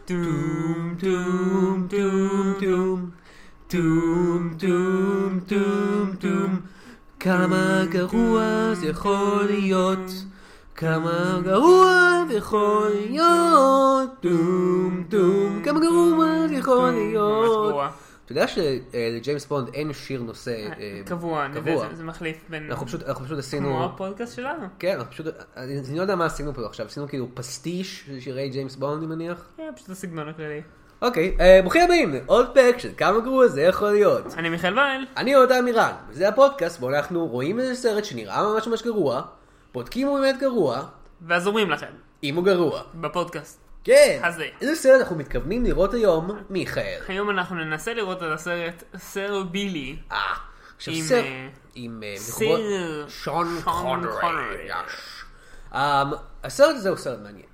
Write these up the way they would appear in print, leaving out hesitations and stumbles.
טום טום טום טום טום טום טום טום כמה גרוע זה יכול להיות, כמה גרוע זה יכול להיות, טום טום כמה גרוע זה יכול להיות. אתה יודע שלג'יימס בונד אין שיר נושא קבוע, זה מחליף בין... אנחנו פשוט עשינו... כמו הפודקאסט שלנו. כן, אני לא יודע מה עשינו פה עכשיו, עשינו כאילו פסטיש של שירי ג'יימס בונד, אני מניח. כן, פשוט הסגנון הכללי. אוקיי, ברוכים הבאים, עוד פרק של כמה גרוע זה יכול להיות. אני מיכאל וייל. אני יהודה אמירן, וזה הפודקאסט בו אנחנו רואים איזה סרט שנראה ממש ממש גרוע, בודקים הוא באמת גרוע, ואז אומרים לכם. אם הוא גרוע. בפודקאסט. כן. הזה. איזה סרט אנחנו מתכוונים לראות היום, מיכאל? היום אנחנו ננסה לראות את הסרט סר בילי. עכשיו סרט עם שון קונרי. הסרט הזה הוא סרט מעניין.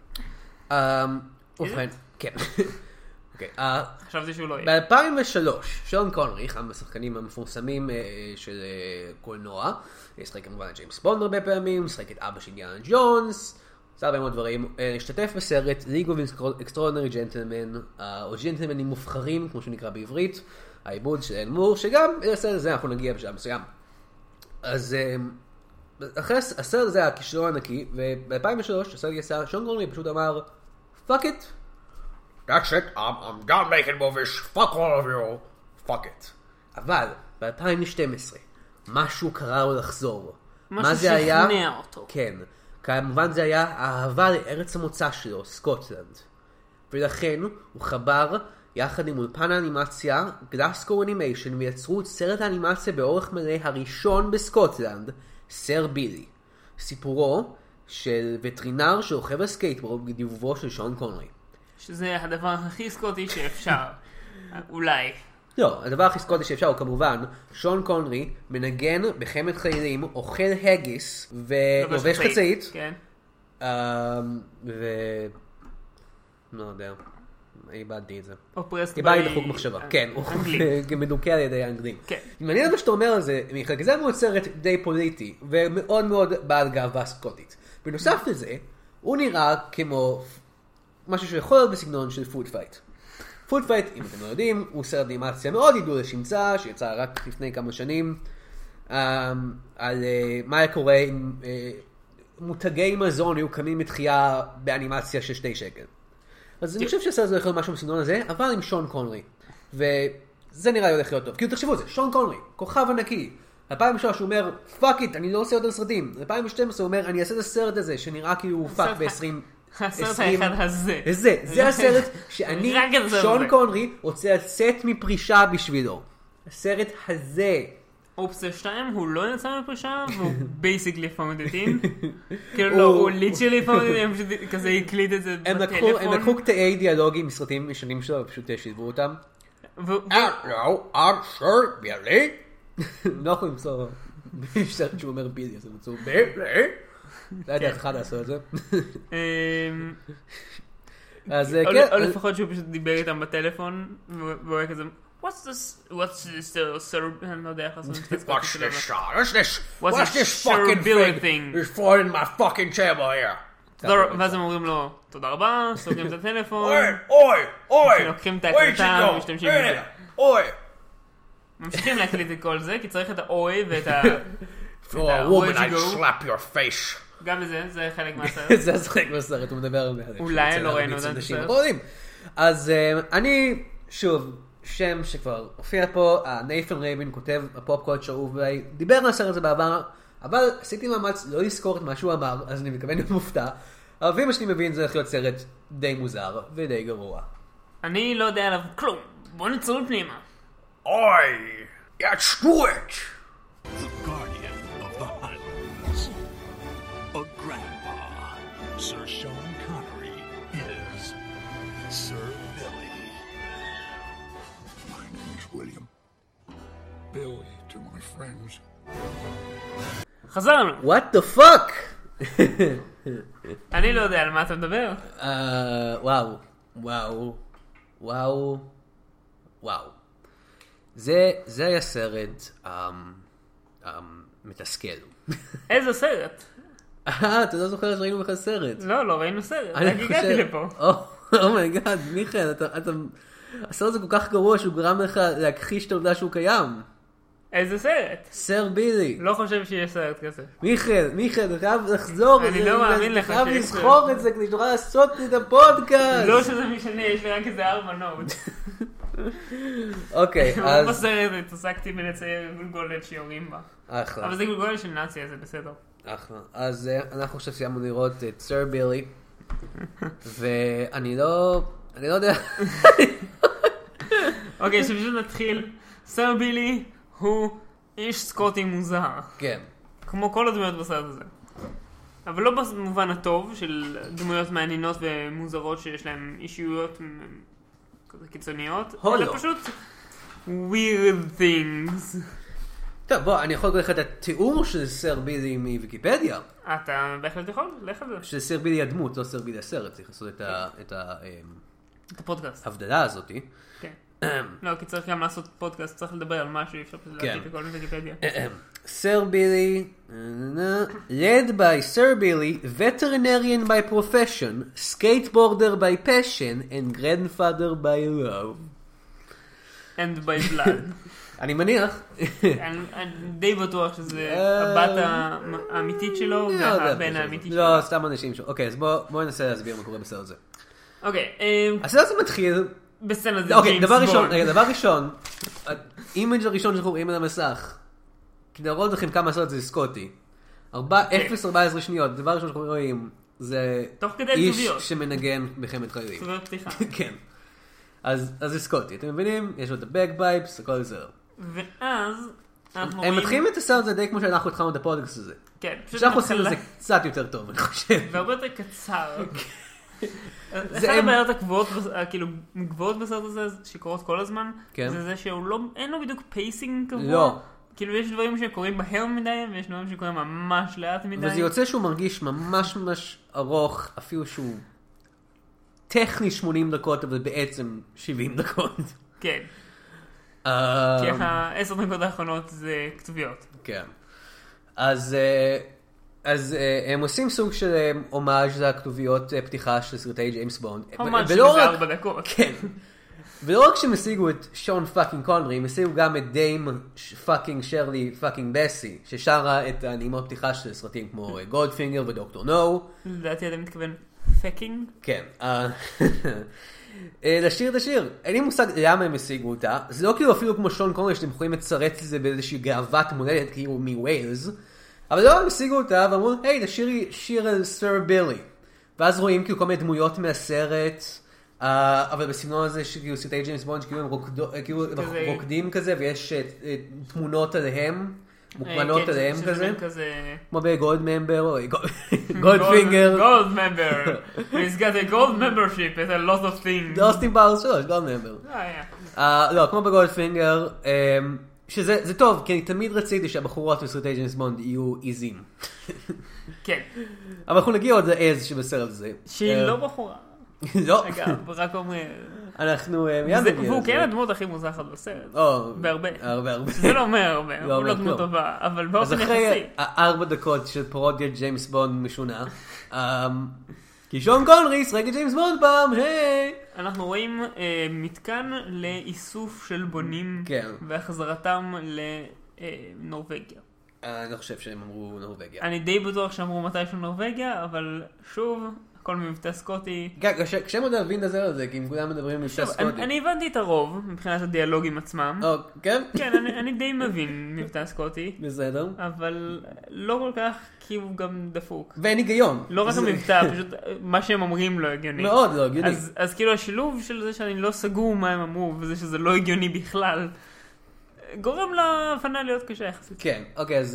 ובכן, כן. חשבתי שהוא לא יהיה. ב-2003, שון קונרי, אחד מהשחקנים המפורסמים של קולנוע, ישחק כמובן את ג'יימס בונד הרבה פעמים, ישחק את אבא של אינדיאנה ג'ונס, זה הרבה מאוד דברים, השתתף בסרט League of Extraordinary Gentlemen, או ג'נטלמנים מובחרים, כמו שנקרא בעברית, העיבוד של אלן מור, שגם הסרט הזה אנחנו נגיע בשלב מסוים. אז אחרי הסרט הזה היה כישלון ענקי, וב-2003 הסרט יצא, שון קונרי פשוט אמר, fuck it, that's it, I'm done making movies, fuck all of you, fuck it. אבל ב-2012 משהו קרה לו לחזור. משהו שכנע אותו. כן. כמובן זה היה האהבה לארץ המוצא שלו, סקוטלנד. ולכן הוא חבר יחד עם אולפן האנימציה, גלסקו אנימיישן, ויצרו את סרט האנימציה באורך מלא הראשון בסקוטלנד, סר בילי. סיפורו של וטרינר שרוכב על סקייטבורד בדיבובו של שון קונרי. שזה הדבר הכי סקוטי שאפשר. אולי. לא, הדבר הכי סקוטי שאפשר הוא כמובן, שון קונרי מנגן בחמת חיילים, אוכל הגיס ולובש חצאית. כן. לא יודע, איבדתי את זה. איבדתי לחוג מחשבה. כן, הוא אנגלי. מדוכא על ידי האנגלים. כן. מעניין מה שאתה אומר על זה, מיכאל, כי זה מאוד סרט די פוליטי, ומאוד מאוד בעל גאווה סקוטית. בנוסף לזה, הוא נראה כמו משהו שיכול להיות בסגנון של פוד פייט. פוד פייט, אם אתם לא יודעים, הוא סרט אנימציה מאוד ידוע לשמצה, שיצא רק לפני כמה שנים, על מה קורה עם מותגי מזון היו קמים מתחייה באנימציה של 2 שקל. אז אני חושב שהסרט הזה יכול להיות משהו בסגנון הזה, אבל עם שון קונרי. וזה נראה לי הולך להיות טוב. כאילו תחשבו את זה, שון קונרי, כוכב ענקי. 2003 הוא אומר, פאק איט, אני לא עושה יותר סרטים. 2012 הוא אומר, אני אעשה את הסרט הזה, שנראה כאילו הוא פאק ב-20... הסרט האחד הזה. זה הסרט שאני, שון קונרי, רוצה לצאת מפרישה בשבילו. הסרט הזה. אופציה 2, הוא לא יצא מפרישה, והוא בייסיקלי פאונדטין. כאילו לא, הוא ליטרלי פאונדטין, הם פשוט כזה הקליט את זה בטלפון. הם לקחו קטעי דיאלוגים מסרטים משנים שלו, ופשוט שילבו אותם. לא, I'm sure, בילי. לא יכול למצוא סרט שהוא אומר בילי, אז הם מצאו בילי. לא יודע איך לעשות את זה. או לפחות שהוא פשוט דיבר איתם בטלפון, והוא היה כזה, what's this, אני לא יודע איך לעשות את זה. What's this fucking thing? It's falling my fucking table here. ואז הם אומרים לו, תודה רבה, סוגרים את הטלפון. אוי, לוקחים את ההקלטה ומשתמשים בזה. ממשיכים להקליט את כל זה, כי צריך את האוי ואת ה... For a woman I'd slap your face. גם לזה, זה חלק מהסרט. זה חלק מהסרט, הוא מדבר על זה. אולי לא ראינו את הסרט. אז אני, שוב, שם שכבר הופיע פה, ניית'ן רייבין כותב, הפופקולט שאהוב עליי, דיבר על הסרט הזה בעבר, אבל עשיתי מאמץ לא לזכור את מה שהוא אמר, אז אני מתכוון להיות מופתע. אבל מה שאני מבין זה הולך להיות סרט די מוזר ודי גרוע. אני לא יודע עליו כלום, בוא נצלול פנימה. אוי, יצאו את! The guardian of the Highlands. A grandpa. Sir Sean Connery is Sir Billy. My name's William. Billy to my friends. חזרנו. What the fuck? אני לא יודע על מה אתה מדבר. וואו. זה היה סרט מתסכל. איזה סרט? אתה לא זוכר שראינו בכלל סרט? לא ראינו סרט. רק הגעתי לפה. אומייגאד, מיכאל, אתה הסרט הזה כל כך גרוע שהוא גרם לך להכחיש את העובדה שהוא קיים. איזה סרט? סר בילי. לא חושב שיש סרט כזה. מיכאל, אתה חייב לחזור. אני לא מאמין לך אתה חייב שיש לזכור את זה כדי שתוכל לעשות את הפודקאסט. לא שזה משנה, יש לי רק איזה 4 נוט. אוקיי, רוב אז... הסרט התעסקתי בלצייר גולגולת שיורים בה. אחלה. אבל זה גולגולת של נאצי, אז זה בסדר. אחלה. אז אנחנו עכשיו סיימנו לראות את סר בילי. ואני לא יודע. אוקיי, שפשוט נתחיל. סר בילי הוא איש סקוטי מוזר. כן. כמו כל הדמויות בסרט הזה. אבל לא במובן הטוב של דמויות מעניינות ומוזרות שיש להן אישיויות כזה קיצוניות. אלא פשוט weird things. טוב, בוא, אני יכול להגיד לך את התיאור של סר בילי מוויקיפדיה. אתה בהחלט יכול, לך על זה. של סר בילי הדמות, לא סר בילי הסרט. צריך לעשות את הפודקאסט. ההבדלה הזאת. כן. לא, כי צריך גם לעשות פודקאסט, צריך לדבר על משהו, אי אפשר פשוט להגיד הכל מוויקיפדיה. Sir Billy, led by Sir Billy, veterinarian by profession, skateboarder by passion, and grandfather by love. And by blood. אני מניח. אני די בטוח שזה הבת האמיתית שלו והבן האמיתי שלו. לא, סתם אנשים שלו. אוקיי, אז בואו ננסה להסביר מה קורה בסרט הזה. אוקיי. הסרט הזה מתחיל... בסצנה זה אוקיי, ג'יימס בונד. דבר ראשון, האימג' הראשון שאנחנו רואים על המסך, כדי להראות לכם כמה הסרט זה סקוטי. 0-14 שניות, דבר ראשון שאנחנו רואים, זה איש שמנגן בחמת חיילים. צוות פתיחה. כן. אז זה סקוטי, אתם מבינים? יש לו את הבקבייפס, הכל זה. ואז אנחנו רואים... הם מתחילים את הסרט הזה די כמו שאנחנו התחלנו את הפודקאסט הזה. כן, פשוט שאנחנו עושים את זה קצת יותר טוב, אני חושב. והרבה יותר קצר. אחת הבעיות הגבוהות בסרט הזה שקורות כל הזמן, זה זה שאין לו בדיוק פייסינג קבוע. כאילו יש דברים שקורים מהר מדי, ויש דברים שקורים ממש לאט מדי. וזה יוצא שהוא מרגיש ממש ממש ארוך, אפילו שהוא טכני 80 דקות, אבל בעצם 70 דקות. כן. כי ה10 דקות האחרונות זה כתוביות. כן. אז הם עושים סוג של הומאז' לכתוביות פתיחה של סרטי ג'יימס בונד. הומאז' של 4 דקות. כן. ולא רק שהם השיגו את שון פאקינג קונרי, הם השיגו גם את דיים פאקינג שרלי פאקינג בסי, ששרה את הנעימות פתיחה של סרטים כמו גולדפינגר ודוקטור נו. לדעתי אתה מתכוון פאקינג? כן. לשיר את השיר. אין לי מושג למה הם השיגו אותה. זה לא כאילו אפילו כמו שון קונרי שאתם יכולים לצרץ את זה באיזושהי גאוות מולדת כאילו מווילס. אבל לא, הם השיגו אותה ואמרו, היי, לשיר שיר על סר בילי. ואז רואים כאילו כל מיני דמויות מהסרט, אבל בסגנון הזה שכאילו סרטי ג'יימס בונד שכאילו הם רוקדים כזה, ויש תמונות עליהם, מוקרנות עליהם כזה. כמו בגולד ממבר, גולדפינגר. גולד ממבר. He's got a gold membership at a lot of things. אוסטין באוורס 3, גולד ממבר. לא, כמו בגולדפינגר, שזה טוב, כי אני תמיד רציתי שהבחורות בסרטי ג'יימס בונד יהיו איזים. כן. אבל אנחנו נגיע עוד לעז שבסרט הזה. שהיא לא בחורה. לא. אגב, רק אומר... אנחנו מיד נגיע לזה. והוא כן הדמות הכי מוזחת בסרט. בהרבה. הרבה. זה לא אומר הרבה, הוא לא דמות טובה, אבל באופן יחסי. אז אחרי 4 דקות של פרודיית ג'יימס בונד משונה, כי שון קונרי ישחק את ג'יימס בונד פעם, היי! אנחנו רואים מתקן לאיסוף של בונים והחזרתם לנורווגיה. אני לא חושב שהם אמרו נורווגיה. אני די בטוח שאמרו מתישהו נורווגיה, אבל שוב, הכל ממבטא סקוטי. כן, קשה מאוד להבין את זה, כי אם כולם מדברים ממבטא סקוטי. אני הבנתי את הרוב, מבחינת הדיאלוגים עצמם. כן? כן, אני די מבין מבטא סקוטי. בסדר. אבל לא כל כך, כי הוא גם דפוק. ואין היגיון. לא רק המבטא, פשוט מה שהם אומרים לא הגיוני. מאוד לא הגיוני. אז כאילו השילוב של זה שאני לא סגור מה הם אמרו, וזה שזה לא הגיוני בכלל, גורם להבנה להיות קשה יחסית. כן, אוקיי, אז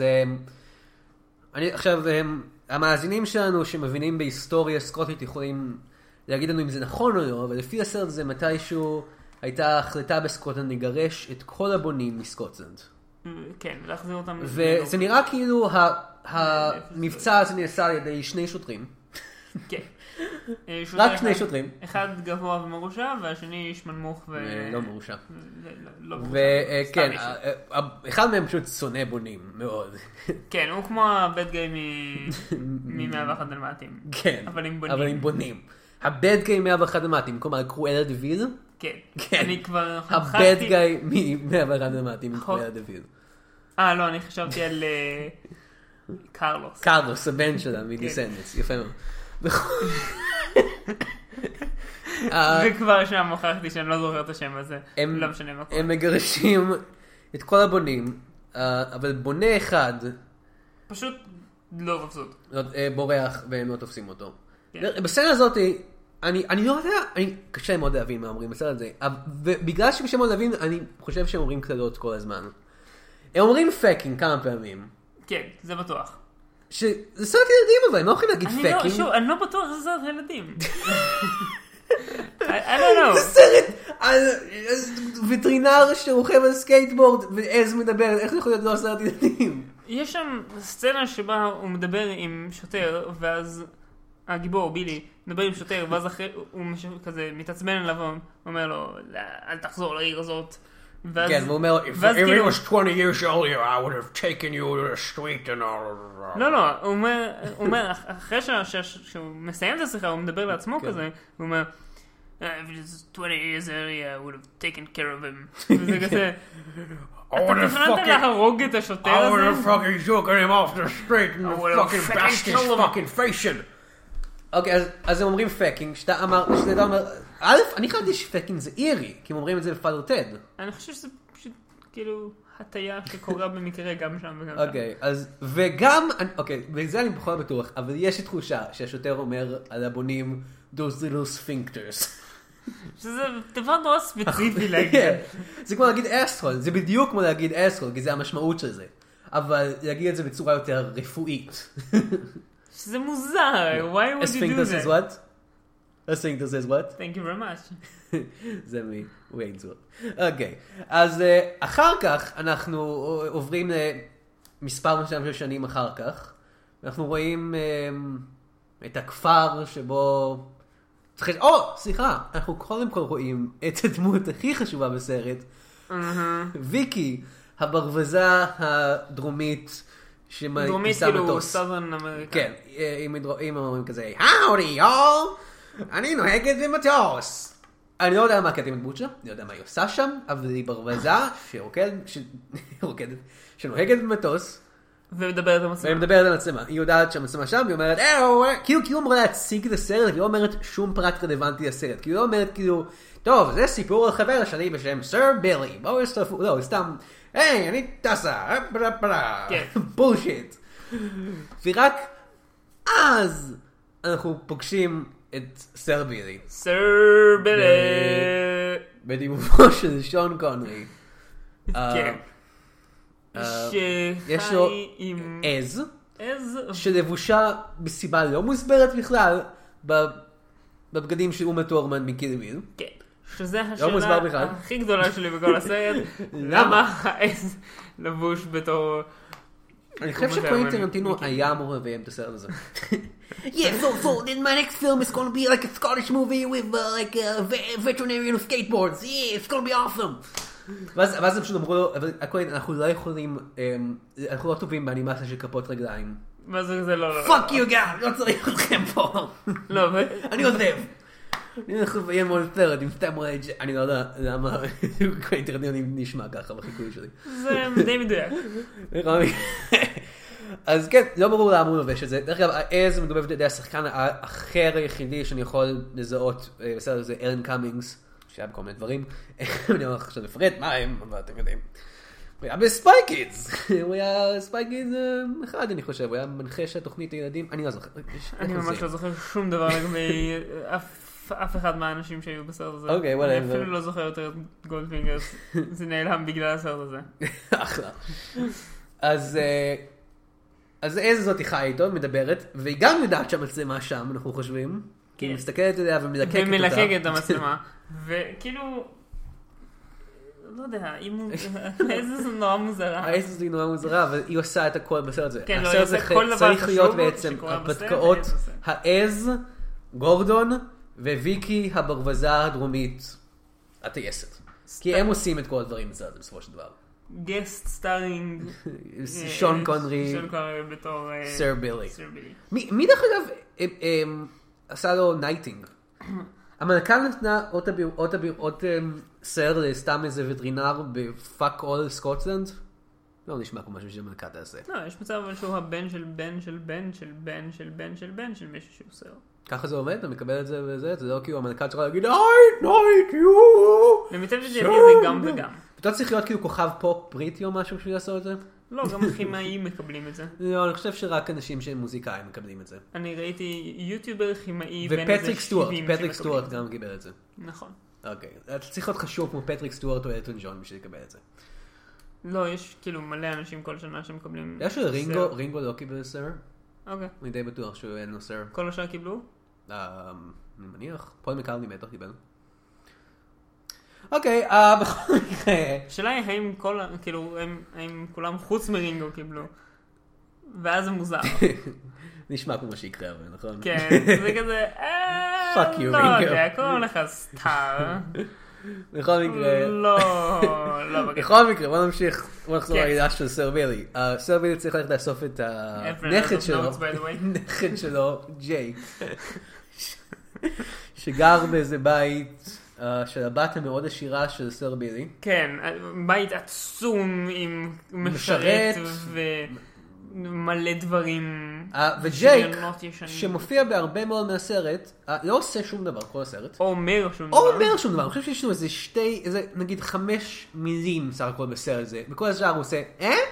עכשיו, המאזינים שלנו שמבינים בהיסטוריה סקוטית יכולים להגיד לנו אם זה נכון או לא, אבל לפי הסרט הזה מתישהו הייתה החלטה בסקוטלנד לגרש את כל הבונים מסקוטלנד. כן, להחזיר אותם. וזה נראה כאילו המבצע הזה נעשה על ידי 2 שוטרים. כן. רק 2 שוטרים. אחד גבוה ומרושע, והשני איש מנמוך לא מרושע. לא מרושע. וכן, אחד מהם פשוט שונא בונים מאוד. כן, הוא כמו הבד גאי מ-101 דלמטים. כן, אבל עם בונים. אבל עם בונים. הבד גיי 101 דלמטים, כלומר קרואלה דה ויל? כן. אני כבר הבד גיי מ-101 דלמטים, קרואלה דה ויל. לא, אני חשבתי על קרלוס. קרלוס, הבן שלה, מדיסנדנס, יפה מאוד. וכבר שם הוכחתי שאני לא זוכר את השם הזה, לא משנה מה קורה. הם מגרשים את כל הבונים, אבל בונה אחד פשוט לא מבסוט. בורח והם לא תופסים אותו. בסצנה הזאת, אני לא יודע, קשה מאוד להבין מה אומרים בסצנה הזה, ובגלל שקשה מאוד להבין, אני חושב שהם אומרים קללות כל הזמן. הם אומרים פאקינג כמה פעמים. כן, זה בטוח. זה סרט ילדים אבל, הם לא יכולים להגיד פאקינג. אני לא בטוח שזה סרט ילדים. I don't know. זה סרט על וטרינר שרוכב על סקייטבורד ועז מדבר, איך זה יכול להיות לא סרט ילדים? יש שם סצנה שבה הוא מדבר עם שוטר, ואז הגיבור, בילי, מדבר עם שוטר, ואז אחרי הוא כזה מתעצבן עליו, הוא אומר לו, אל תחזור לעיר הזאת. כן, הוא אומר, If it was 20 years earlier, I would have taken you to the street and all... לא, הוא אומר, אחרי שהוא מסיים את השיחה, הוא מדבר לעצמו כזה, הוא אומר, If it was 20 years earlier, I would have taken care of him. וזה כזה, אתה תכננת להרוג את השוטר הזה? I would have fucking taken him off the street and fucking bashed his fucking face in. אוקיי, אז הם אומרים פאקינג, שאתה אומר, א', אני חייבתי שפאקינג זה אירי, כי הם אומרים את זה לפאדר טד. אני חושב שזה פשוט כאילו הטיה שקורה במקרה גם שם וגם שם. אוקיי, אז וגם, אוקיי, בזה אני פחות בטוח, אבל יש לי תחושה שהשוטר אומר על הבונים, those little sphincters. שזה דבר נורא ספציפי להגיד. זה כמו להגיד אסטרול, זה בדיוק כמו להגיד אסטרול, כי זה המשמעות של זה. אבל להגיד את זה בצורה יותר רפואית. שזה מוזר, why would you do that? Sphincter says what? A sphincter says what? Thank you very much. זה מוויינסוורט. אוקיי, אז אחר כך אנחנו עוברים למספר מסוים של שנים אחר כך. אנחנו רואים את הכפר שבו... סליחה, אנחנו קודם כל רואים את הדמות הכי חשובה בסרט. ויקי, הברווזה הדרומית, דרומית כאילו סאזרן אמריקה. כן, אם אומרים כזה, Howdy y'all, אני נוהגת במטוס. אני לא יודע מה הקטע עם הדמות שלה, אני לא יודע מה היא עושה שם, אבל היא ברווזה שנוהגת במטוס. ומדברת על המצלמה. ומדברת על המצלמה. היא יודעת שהמצלמה שם, והיא אומרת, כאילו היא אמורה להציג את הסרט, היא לא אומרת שום פרט רלוונטי לסרט. כאילו היא לא אומרת, כאילו, טוב, זה סיפור על חבר שלי בשם סר בילי. בואו יסתפו, לא, סתם, היי, אני טסה, בולשיט. ורק אז אנחנו פוגשים את סר בילי. סר בילי. בדימובו של שון קונרי. כן. יש לו עז שלבושה בסיבה לא מוסברת בכלל בבגדים של אומה תורמן מקיל ביל. כן, שזה השאלה הכי גדולה שלי בכל הסרט. למה העז לבוש בתור... אני חושב שקווינטין טרנטינו היה אמור לביים את הסרט הזה. Yeah, so then my next film is going to be like a Scottish movie with like a veterinarian of skateboards. Yeah, it's going to be awesome. ואז הם פשוט אמרו לו, אבל אנחנו לא יכולים, אנחנו לא טובים באנימציה של כפות רגליים. מה זה לא. Fuck you guys, לא צריך אתכם פה. לא, אני עוזב. אני הולך לביים עוד סרט עם סטם רייג', אני לא יודע למה אינטרנטי נשמע ככה בחיקוי שלי. זה די מדויק. אז כן, לא ברור למה הוא לובש את זה. דרך אגב, העז מדובב על ידי השחקן האחר היחידי שאני יכול לזהות בסרט הזה, אלן קאמינגס. שהיה בכל מיני דברים, אני לא עכשיו לפרט מה הם, אבל אתם יודעים. הוא היה בספייקידס, הוא היה ספייקידס אחד אני חושב, הוא היה מנחה של תוכנית הילדים, אני לא זוכר. אני ממש לא זוכר שום דבר לגבי אף אחד מהאנשים שהיו בסרט הזה. אוקיי, וואלה. אני אפילו לא זוכר יותר את גולדפינגרס, זה נעלם בגלל הסרט הזה. אחלה. אז איזה זאת היא חיה איתו, מדברת, והיא גם יודעת שהמצלמה שם, אנחנו חושבים. כי היא מסתכלת עליה ומלקקת את המצלמה. וכאילו, לא יודע, איזה זו נורא מוזרה. איזה זו נורא מוזרה, אבל היא עושה את הכל בסרט הזה. כן, לא, היא עושה כל דבר צריך להיות בעצם הפתקאות, העז, גורדון, וויקי הברווזה הדרומית, הטייסת. כי הם עושים את כל הדברים בסופו של דבר. גסט סטארינג שון קונרי בתור סר בילי. מי דרך אגב עשה לו נייטינג המלכה נתנה עוד סרט לסתם איזה וטרינר בפאק אול סקוטלנד? לא נשמע כמו משהו שהמלכה תעשה. לא, יש מצב אבל שהוא הבן של בן של בן של בן של בן של בן של מישהו שהוא סרט. ככה זה עובד? אתה מקבל את זה וזה? זה לא כאילו המלכה צריכה להגיד I like you! למיטב ידיעתי זה גם וגם. אתה צריך להיות כאילו כוכב פופ בריטי או משהו בשביל לעשות את זה? לא, גם כימאים מקבלים את זה. לא, אני חושב שרק אנשים שהם מוזיקאים מקבלים את זה. אני ראיתי יוטיובר כימאי ופטריק סטוארט גם קיבל את זה. נכון. אוקיי. אתה צריך להיות חשוב כמו פטריק סטוארט או אלטון ג'ון בשביל לקבל את זה. לא, יש כאילו מלא אנשים כל שנה שמקבלים... יש רינגו לא קיבל סר? אוקיי. אני די בטוח שהוא אין לו סר. כל השאר קיבלו? אני מניח. פול מקרטני בטח קיבל. אוקיי, בכל מקרה... השאלה היא האם כולם חוץ מרינגו קיבלו. ואז זה מוזר. נשמע כמו שיקרה, נכון? כן, זה כזה... פאק יו, לא רינגו. יודע, קוראים לך סטאר. בכל מקרה... לא בגלל. בכל מקרה, בוא נמשיך. בוא נחזור לעידה של סר בילי. סר בילי צריך ללכת לאסוף את הנכד שלו, ג'יי. שגר באיזה בית של הבת המאוד עשירה של סר בילי. כן, בית עצום עם משרת ומלא דברים. וג'ייק, שמופיע בהרבה מאוד מהסרט, לא עושה שום דבר כל הסרט. או אומר שום דבר. אני חושב שיש לו איזה נגיד 5 מילים סך הכל בסרט הזה. בכל השאר הוא עושה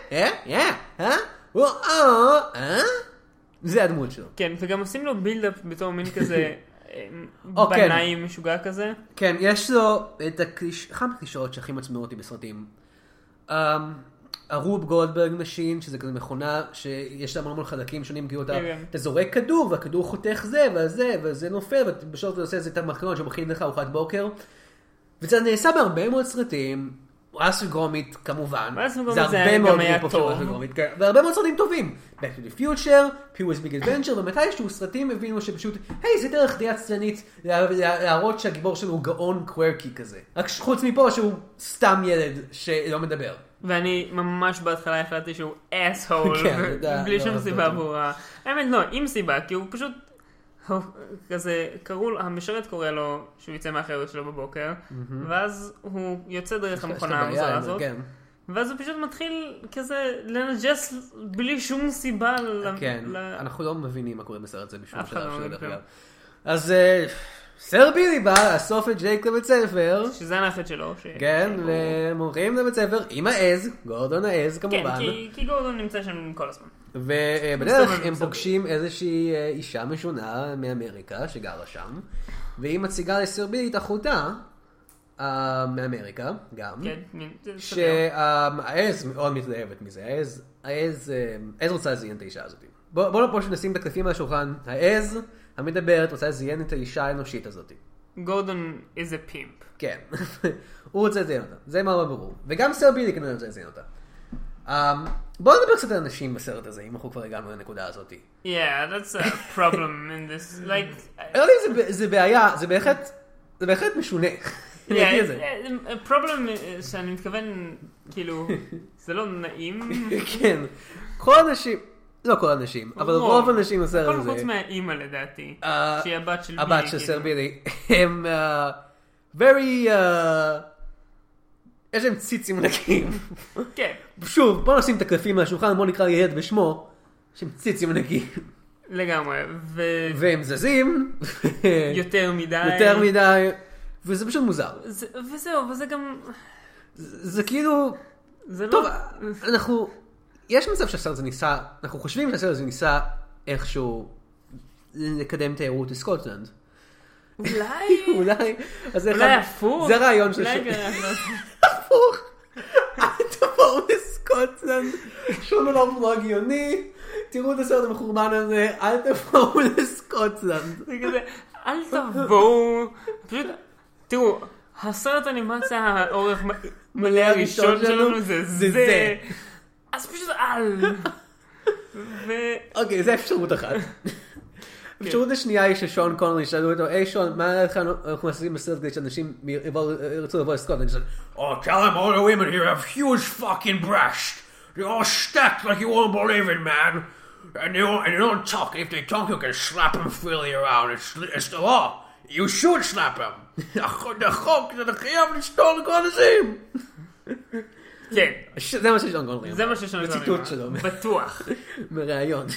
זה הדמות שלו. כן, וגם עושים לו בילדאפ בתור מין כזה בנאי משוגע כזה. כן, יש לו את אחת הקלישאות שהכי מצמידות אותי בסרטים. הרוב גולדברג משין, שזה כזה מכונה שיש לה המון חלקים שונים, כאילו אתה זורק כדור, והכדור חותך זה וזה, וזה נופל, ובשביל אתה עושה את זה את המחלון שמכין לך ארוחת בוקר. וזה נעשה בהרבה מאוד סרטים. ראסל גרומית כמובן, זה הרבה מאוד ריפוף של ראסל גרומית, והרבה מאוד סרטים טובים. Back to the Future, Pee-wee's Big Adventure, ומתישהו סרטים הבינו שפשוט, היי, זה דרך די עצלנית להראות שהגיבור שלנו הוא גאון קוורקי כזה. רק חוץ מפה שהוא סתם ילד שלא מדבר. ואני ממש בהתחלה החלטתי שהוא אס-הול, בלי שום סיבה ברורה. האמת לא, עם סיבה, כי הוא פשוט... כזה, המשרת קורא לו שהוא יצא מהחבר'ה שלו בבוקר, ואז הוא יוצא דרך המכונה המוזרה הזאת, ואז הוא פשוט מתחיל כזה לנג'ס בלי שום סיבה. כן, אנחנו לא מבינים מה קורה בסרט הזה בשום שלב שלו דרך אגב. אז סר בילי בא לאסוף את ג'ייק לבית ספר. שזה הנכד שלו. כן, הם הולכים לבית ספר עם העז, גורדון העז כמובן. כן, כי גורדון נמצא שם כל הזמן. ובדרך הם פוגשים איזושהי אישה משונה מאמריקה שגרה שם, והיא מציגה לסר בילי את אחותה מאמריקה גם, שהעז מאוד מתלהבת מזה. העז רוצה לזיין את האישה הזאת. בואו פה שנשים את הקלפים על השולחן. העז המדברת רוצה לזיין את האישה האנושית הזאת. גורדון is a pimp. כן, הוא רוצה לזיין אותה, זה מאוד ברור. וגם סר בילי כנראה רוצה לזיין אותה. בואו נדבר קצת על אנשים בסרט הזה, אם אנחנו כבר הגענו לנקודה הזאת. Yeah, that's a problem in this, like... זה בעיה, זה בהחלט משונה. הפרובלם שאני מתכוון, כאילו, זה לא נעים. כן, כל אנשים, לא כל אנשים, אבל רוב האנשים בסרט הזה. כל חוץ מהאימא לדעתי, שהיא הבת של בילי. הבת של סר בילי. הם very... יש להם ציצים ענקים. כן. שוב, בוא נשים את הקלפים מהשולחן, בוא נקרא ילד בשמו, יש להם ציצים ענקים. לגמרי. והם זזים. יותר מדי. וזה פשוט מוזר. וזהו, וזה גם... זה כאילו... טוב, יש מצב שהסרט הזה ניסה, אנחנו חושבים שהסרט הזה ניסה איכשהו לקדם תיירות לסקוטלנד. אולי הפוך. זה רעיון של... הפוך. אל תבואו לסקוטלנד. שום דבר לא הגיוני. תראו את הסרט המחורבן הזה. אל תבואו לסקוטלנד. זה כזה, אל תבואו. פשוט, תראו, הסרט אנימציה האורך מלא הראשון שלנו זה. אז פשוט אוקיי, זה אפשרות אחת. האפשרות השנייה היא ששון קונרי שאלו אותו, היי שון, מה אנחנו עושים בסרט כדי שאנשים ירצו לבוא לסקוטלנד? Oh, tell them all the women here have huge fucking breasts. They're all stacked like you won't believe it, man. And they don't talk. If they talk, you can slap them freely around. It's the law. You should slap him. החוק, אתה חייב לשתור לכל אנשים. כן. זה מה ששון גולדברג. זה מה ששון גולדברג. בציטוט שלו. בטוח. מראיון.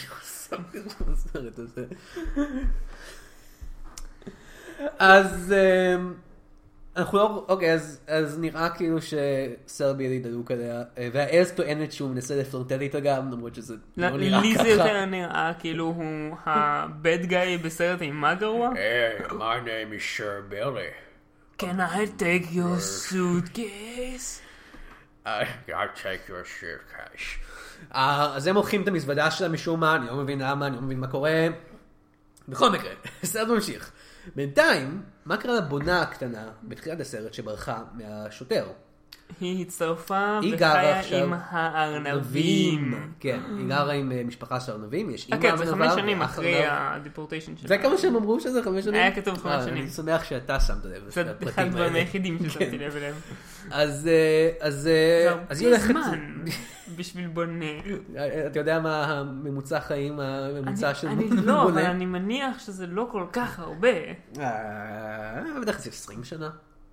אז אנחנו לא, אוקיי, אז נראה כאילו שסר בילי דלוק עליה, והאלס טוענת שהוא מנסה לפלרטט איתה גם, למרות שזה לא נראה ככה. לי זה יותר נראה כאילו הוא הבד גאי בסרט עם מה גרוע? Hey, my name is Sir Billy. Can I take your suitcase? I'll take your suitcase. אז הם הולכים את המזוודה שלה משום מה, אני לא מבין למה, אני לא מבין מה קורה. בכל מקרה, הסרט ממשיך. בינתיים, מה קרה לבונה הקטנה בתחילת הסרט שברחה מהשוטר? היא הצטרפה וחיה עם הארנבים. כן, היא גרה עם משפחה של ארנבים, יש אימא כן, ארנבה. זה 5 שנים אחרי הדיפורטיישן שלה. זה כמה שהם אמרו שזה 5 שנים? היה כתוב 5 שנים. אני שמח שאתה שמת לב. זה אחד הדברים היחידים ששמתי לב אליהם. אז היא הולכת... זמן בשביל בונה. אתה יודע מה הממוצע חיים, הממוצע של בונה? אני לא, אבל אני מניח שזה לא כל כך הרבה. בטח זה 20 שנה.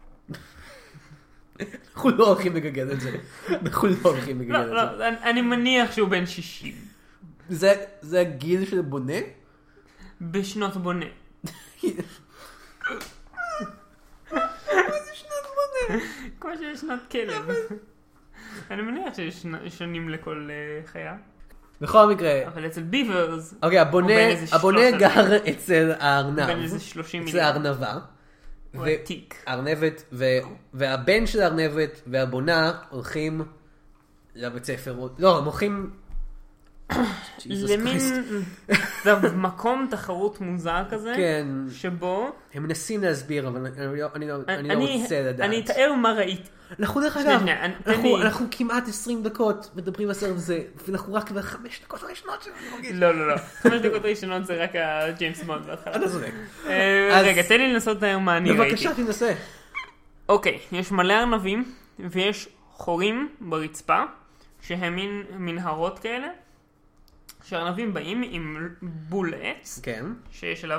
אנחנו לא הולכים לגגל את זה. אנחנו לא הולכים לגגל את זה. לא, אני מניח שהוא בן 60. זה הגיל של בונה? בשנות בונה. איזה שנות בונה? כמו שיש שנות כלב. אני מניח שיש שונים לכל חיה. בכל מקרה. אבל אצל ביברס... אוקיי, הבונה גר אצל הארנב. בין איזה 30 מיליון. אצל הארנבה. ועתיק. הארנבת, והבן של הארנבת והבונה הולכים לבית ספר. לא, הם הולכים... למין מקום תחרות מוזר כזה, כן. שבו... הם מנסים להסביר, אבל אני לא רוצה לדעת. אני אתאר מה ראיתי. אנחנו דרך אגב, אנחנו כמעט 20 דקות מדברים בסרט הזה, ואנחנו רק ב5 דקות ראשונות שלנו. לא. 5 דקות ראשונות זה רק הג'יימס בונד בהתחלה. אתה צודק. רגע, תן לי לנסות לתאר מה אני ראיתי. בבקשה, תנסה. אוקיי, יש מלא ארנבים, ויש חורים ברצפה, שהם מין מנהרות כאלה, שארנבים באים עם בול עץ, כן. שיש עליו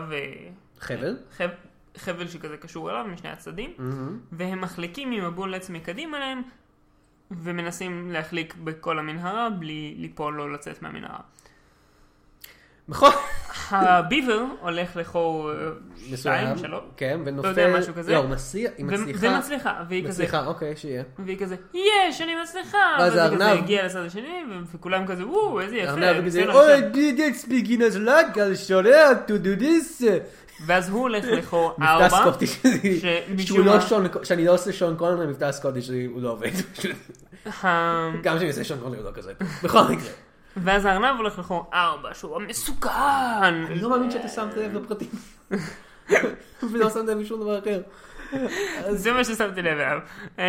חבל שכזה קשור אליו משני הצדדים, והם מחליקים עם הבול עץ מקדימה להם, ומנסים להחליק בכל המנהרה בלי ליפול או לצאת מהמנהרה. נכון. הביבר הולך לחור 2, 3, כן, ונופל, לא יודע, משהו כזה. לא, היא ומצליחה, והיא כזה, אוקיי, שיהיה. והיא כזה, יש, אני מצליחה, ואז הארנב הגיע לצד השני, וכולם כזה, וואו, איזה יפה. הארנב כזה, I didn't speak in as luck, I'll show you to do this. ואז הוא הולך לחור 4, מבטא סקוטי שאני לא עושה שון קונרי, מבטא סקוטי שלי הוא לא עובד. גם שאני עושה שון קונרי הוא לא כזה. בכל מקרה. ואז הארנב הולך לחור 4, שהוא המסוכן. אני לא מאמין שאתה שמת לב לפרטים. ולא שמת לב משום דבר אחר. זה מה ששמתי לב אליו.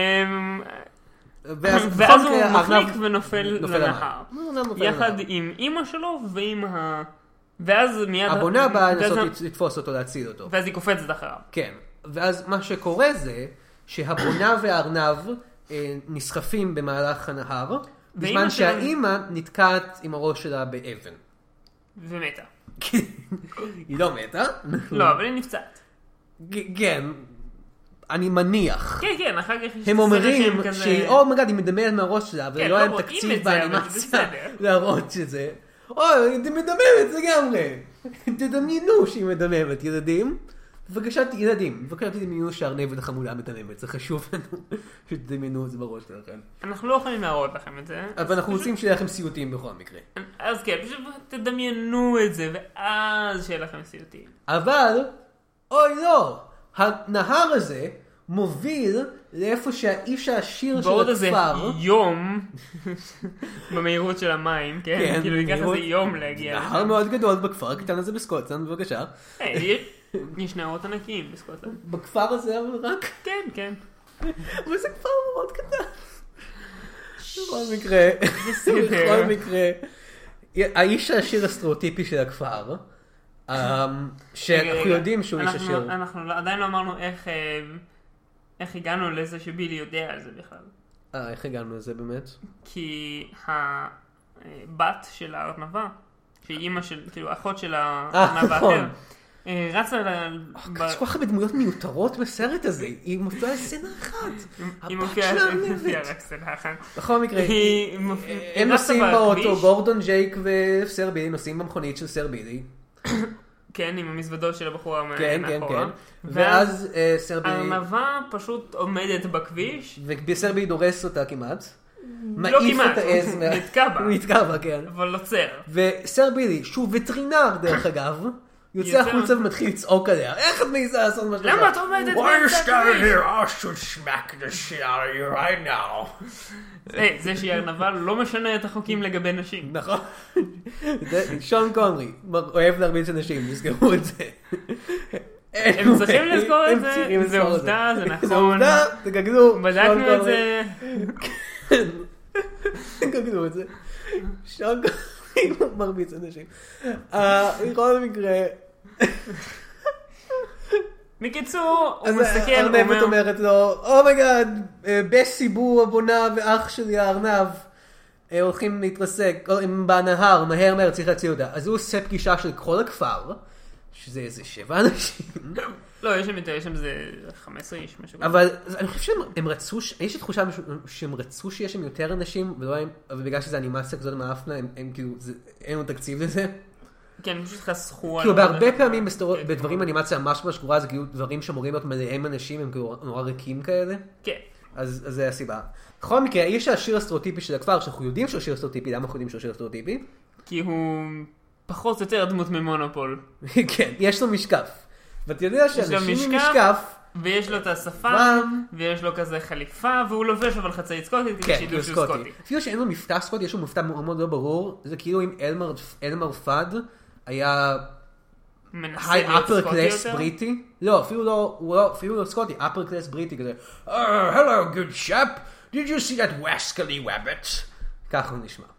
ואז הוא מחליק ונופל לנהר. יחד עם אמא שלו ועם ואז מיד... הבונה באה לנסות לתפוס אותו, להציל אותו. ואז היא קופצת אחריו. כן. ואז מה שקורה זה שהבונה והארנב נסחפים במהלך הנהר, בזמן שהאימא נתקעת עם הראש שלה באבן. ומתה. היא לא מתה. לא, אבל היא נפצעת. כן. אני מניח. כן, אחר כך הם אומרים שהיא, היא מדמיינת מהראש שלה, ולא היה תקציב באנימציה להראות שזה. היא מדממת לגמרי. תדמיינו שהיא מדממת, ילדים. בבקשה, ילדים, בבקשה תדמיינו שהארנבת החמודה מדממת. זה חשוב לנו שתדמיינו את זה בראש שלכם. אנחנו לא יכולים להראות לכם את זה. אבל אנחנו רוצים שיהיה לכם סיוטים בכל מקרה. אז כן, פשוט תדמיינו את זה, ואז שיהיה לכם סיוטים. אבל, אוי לא, הנהר הזה מוביל לאיפה שהאיש העשיר של הכפר... בעוד איזה יום, במהירות של המים, כן? כאילו ייקח איזה יום להגיע. נהר מאוד גדול בכפר הקטן הזה בסקוטלנד, בבקשה. יש נהרות ענקיים בסקוטלנד. בכפר הזה אבל רק? כן. אבל זה כפר מאוד קטן. בכל מקרה, האיש העשיר הסטריאוטיפי של הכפר, שאנחנו יודעים שהוא איש עשיר. אנחנו עדיין לא אמרנו איך הגענו לזה שבילי יודע על זה בכלל. איך הגענו לזה באמת? כי הבת של הארנבה, שהיא אימא של, כאילו אחות של הארנב האחר, רצה יש כל כך הרבה דמויות מיותרות בסרט הזה, היא מופיעה לסצנה אחת. היא מופיעה רק סצנה אחת. בכל מקרה, הם נוסעים באוטו, גורדון, ג'ייק וסר בילי נוסעים במכונית של סר בילי. כן, עם המזוודות של הבחורה כן, מאחורה. כן. ואז סר בילי... הארנבה פשוט עומדת בכביש. וסר בילי דורס אותה כמעט. לא כמעט, נתקע בה. נתקע בה, כן. אבל עוצר. וסר בילי, שהוא וטרינר דרך אגב, יוצא החוצה ומתחיל לצעוק עליה. איך את מעיזה לעשות משהו? למה את עומדת? Why are you standing here? I should smack the shit out of you right now. זה שהיא ארנבה לא משנה את החוקים לגבי נשים. נכון. שון קונרי, אוהב להרביץ אנשים, תזכרו את זה. הם צריכים לזכור את זה, זה עובדה, זה נכון. זה עובדה, תגגלו. בדקנו את זה. תגגלו את זה. שון קונרי מרביץ אנשים. בכל מקרה... בקיצור, הוא אז מסתכל, הארנבת אומרת לו, אומייגאד, בסי בור הבונה ואח שלי הארנב הולכים להתרסק בנהר, מהר צריך להציל אותה. אז הוא עושה פגישה של כל הכפר, שזה איזה 7 אנשים. לא, יש שם איזה 15 איש, משהו. אבל אני חושב שהם רצו, יש לי תחושה שהם רצו שיש שם יותר אנשים, אבל בגלל שזה אנימציה כזאת מאפנה, הם כאילו, אין לו תקציב לזה. כן, פשוט חסכו. כאילו בהרבה פעמים בדברים אנימציה ממש ממש גרועה, זה כאילו דברים שאמורים להיות מלאים אנשים, הם כאילו נורא ריקים כאלה. כן. אז זה הסיבה. בכל מקרה, יש השיר הסטריאוטיפי של הכפר, שאנחנו יודעים שהוא שיר סטריאוטיפי, למה אנחנו יודעים שהוא שיר סטריאוטיפי? כי הוא פחות או יותר דמות ממונופול. כן, יש לו משקף. ואתה יודע שאנשים עם משקף... ויש לו את השפם, ויש לו כזה חליפה, והוא לובש אבל חצאית סקוטית, כן, כי הוא סקוטי. אפילו שאין לו מבטא סקוטי, יש לו מבטא מאוד מאוד לא ברור, זה כאילו אם אלמר פאד היה היי אפר קלאס בריטי. לא, אפילו לא סקוטי, אפר קלאס בריטי כזה. Hello, good chap. Did you see that wascally wabbit? ככה הוא נשמע.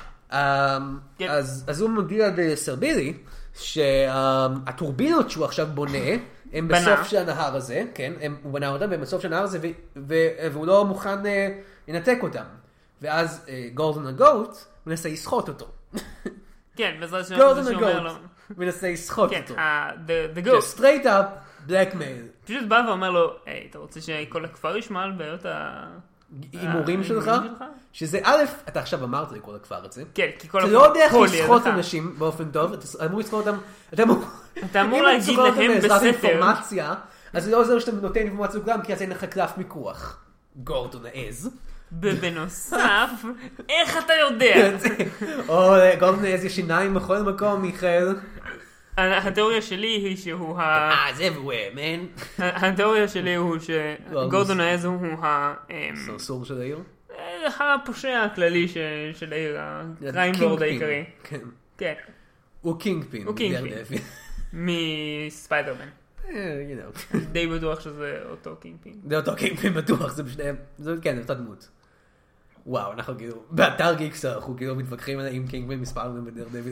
אז הוא מודיע לסר בילי, שהטורבינות שהוא עכשיו בונה, הם בסוף של הנהר הזה, כן, הוא בנה אותם, והם בסוף של הנהר הזה, והוא לא מוכן לנתק אותם. ואז גורדון הגוט מנסה לסחוט אותו. כן, בעזרת השם גורדון הגוט מנסה לסחוט אותו. The goat. סטרייט אפ, בלקמייל. פשוט בא ואומר לו, היי, אתה רוצה שכל הכפר ישמע על בעיות הימורים שלך? שזה א', אתה עכשיו אמרת לכל הכפר הזה. כן, כי כל אתה לא יודע איך לסחוט אנשים באופן טוב, אתה אמור לסחוט אותם, אתה אמור להגיד להם בסתר. אז זה לא עוזר שאתה נותן אינפורמציה לכולם, כי אז אין לך קלף מיקוח. גורדון העז. בנוסף, איך אתה יודע? או גורדון העז יש שיניים בכל מקום, מיכאל. התיאוריה שלי היא שהוא זה everywhere, man. התיאוריה שלי הוא שגורדון העז הוא סרסור של העיר? הפושע הכללי של העיר, הקריימבורד העיקרי. כן. הוא קינגפין. הוא קינגפין. מספיידרמן. די בטוח שזה אותו קינגפין. זה אותו קינגפין בטוח, זה בשניהם. כן, זה אותה דמות. וואו, אנחנו כאילו, באתר גיקסטר, אנחנו כאילו מתווכחים עם קינגפין מספיידרמן בדרדוויל.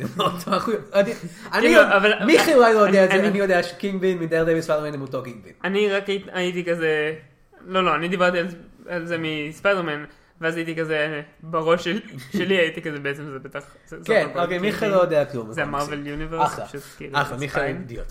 מיכי אולי לא יודע את זה, אני יודע שקינגפין מדרדוויל מספיידרמן הם אותו קינגפין. אני רק הייתי כזה, לא, אני דיברתי על זה מספיידרמן, ואז הייתי כזה, בראש שלי הייתי כזה, בעצם זה בטח... כן, אוקיי, מיכי לא יודע כלום. זה המרוול יוניברס. אחלה, מיכי אידיוט.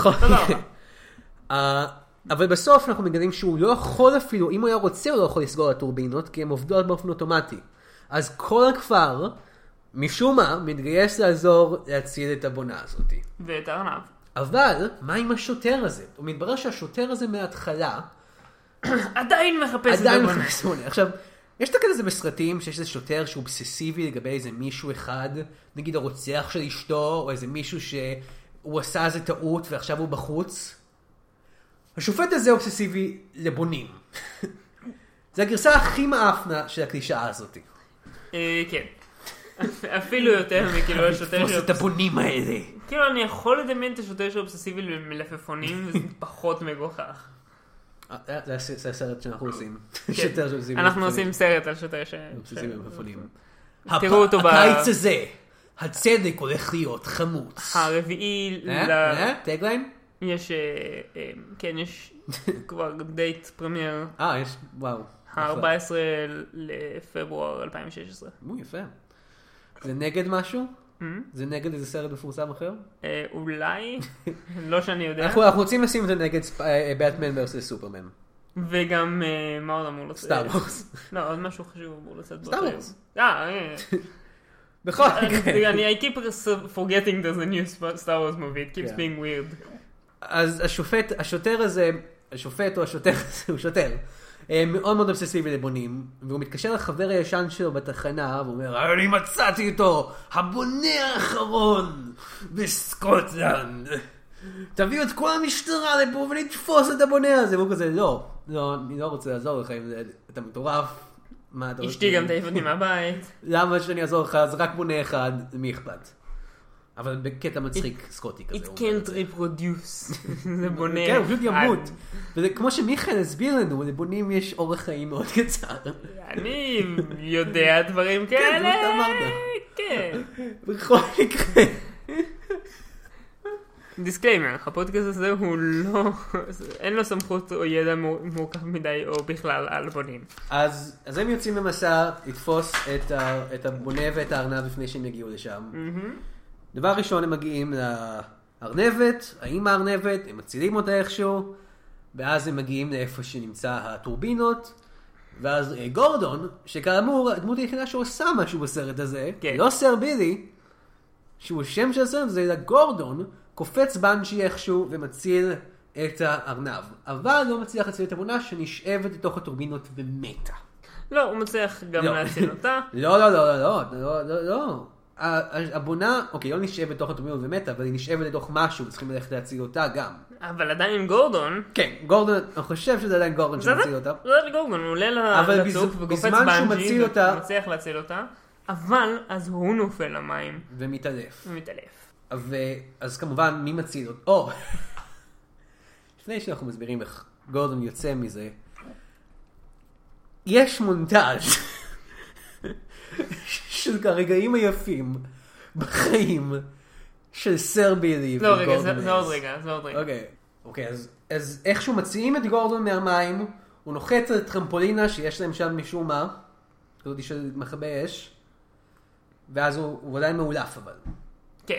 אבל בסוף אנחנו מגלים שהוא לא יכול אפילו, אם הוא היה רוצה הוא לא יכול לסגור את הטורבינות, כי הן עובדות באופן אוטומטי. אז כל הכפר, משום מה, מתגייס לעזור להציל את הבונה הזאת. ואת הארנב. אבל, מה עם השוטר הזה? הוא מתברר שהשוטר הזה מההתחלה, עדיין מחפש את הבונה. עכשיו, יש את כזה בסרטים שיש איזה שוטר שהוא אובססיבי לגבי איזה מישהו אחד, נגיד הרוצח של אשתו, או איזה מישהו שהוא עשה איזה טעות ועכשיו הוא בחוץ. השופט הזה אובססיבי לבונים. זה הגרסה הכי מאפנה של הקלישאה הזאת. כן. אפילו יותר מכאילו השוטר תפוס את הבונים האלה. כאילו אני יכול לדמיין את השוטר שאובססיבי למלפפונים וזה פחות מגוחך. זה הסרט שאנחנו עושים. אנחנו עושים סרט על שוטר שאובססיבי למלפפונים. תראו אותו הקיץ הזה, הצדק הולך להיות חמוץ. הרביעי טגליין? יש, כן, יש כבר דייט פרמייר. יש, וואו. ה-14 לפברואר 2016. יפה. זה נגד משהו? זה נגד איזה סרט מפורסם אחר? אולי, לא שאני יודע. אנחנו רוצים לשים את זה נגד באטמן versus סופרמן. וגם, מה עוד אמור לצאת? סטאר וורס. לא, עוד משהו חשוב אמור לצאת. סטאר וורס. בכל מקרה. I keep forgetting there's a new Star Wars movie. It keeps being weird. אז השוטר הזה, הוא שוטר. מאוד מאוד אובססיבי לבונים, והוא מתקשר לחבר הישן שלו בתחנה, ואומר, אני מצאתי אותו, הבונה האחרון בסקוטלנד. תביאו את כל המשטרה לפה ונתפוס את הבונה הזה. והוא כזה, לא, אני לא רוצה לעזור לך, אתה מטורף. אשתי גם תעיף אותי מהבית. למה שאני אעזור לך? זה רק בונה אחד, מי אכפת? אבל בקטע מצחיק סקוטי כזה. It can't reproduce. זה בונה. כן, הוא פשוט ימות. וזה כמו שמיכאל הסביר לנו, לבונים יש אורך חיים מאוד קצר. אני יודע דברים כאלה. כן, זה אמרת. כן. בכל מקרה. דיסקליימר, הפודקאסט הזה הוא לא, אין לו סמכות או ידע מורכב מדי או בכלל על בונים. אז הם יוצאים במסע לתפוס את הבונה ואת הארנב לפני שהם יגיעו לשם. דבר ראשון הם מגיעים לארנבת, האם הארנבת, הם מצילים אותה איכשהו, ואז הם מגיעים לאיפה שנמצא הטורבינות, ואז גורדון, שכאמור הדמות היחידה שעושה משהו בסרט הזה, לא סר בילי, שהוא השם של הסרט הזה, אלא גורדון, קופץ בנשי איכשהו ומציל את הארנב. אבל לא מצליח להציל את הבונה שנשאבת לתוך הטורבינות ומתה. לא, הוא מצליח גם להציל אותה. לא. הבונה, אוקיי, לא נשאבת לתוך הטורבינות ומתה, אבל היא נשאבת לתוך משהו, צריכים ללכת להציל אותה גם. אבל עדיין עם גורדון. כן, גורדון, אני חושב שזה עדיין גורדון שמציל אותה. זה עדיין גורדון, הוא עולה לצוק וקופץ בנג'י ומצליח להציל אותה. אבל אז הוא נופל למים. ומתעלף. ומתעלף. אז כמובן, מי מציל אותו? לפני שאנחנו מסבירים איך גורדון יוצא מזה, יש מונטאז' של הרגעים היפים בחיים של סר בילי וגורדון. לא, רגע, זה עוד רגע. אוקיי, אז איכשהו מציעים את גורדון מהמים, הוא נוחת על טרמפולינה שיש להם שם משום מה, כזאת של מכבי אש, ואז הוא עדיין מאולף אבל. כן.